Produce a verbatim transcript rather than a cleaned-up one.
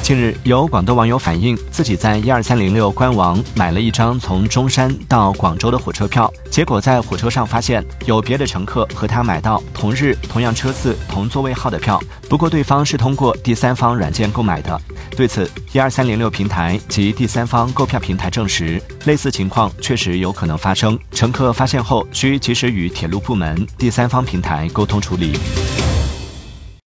近日，有广东网友反映，自己在一二三零六官网买了一张从中山到广州的火车票，结果在火车上发现有别的乘客和他买到同日、同样车次、同座位号的票，不过对方是通过第三方软件购买的。对此，一二三零六平台及第三方购票平台证实，类似情况确实有可能发生，乘客发现后需及时与铁路部门、第三方平台沟通处理。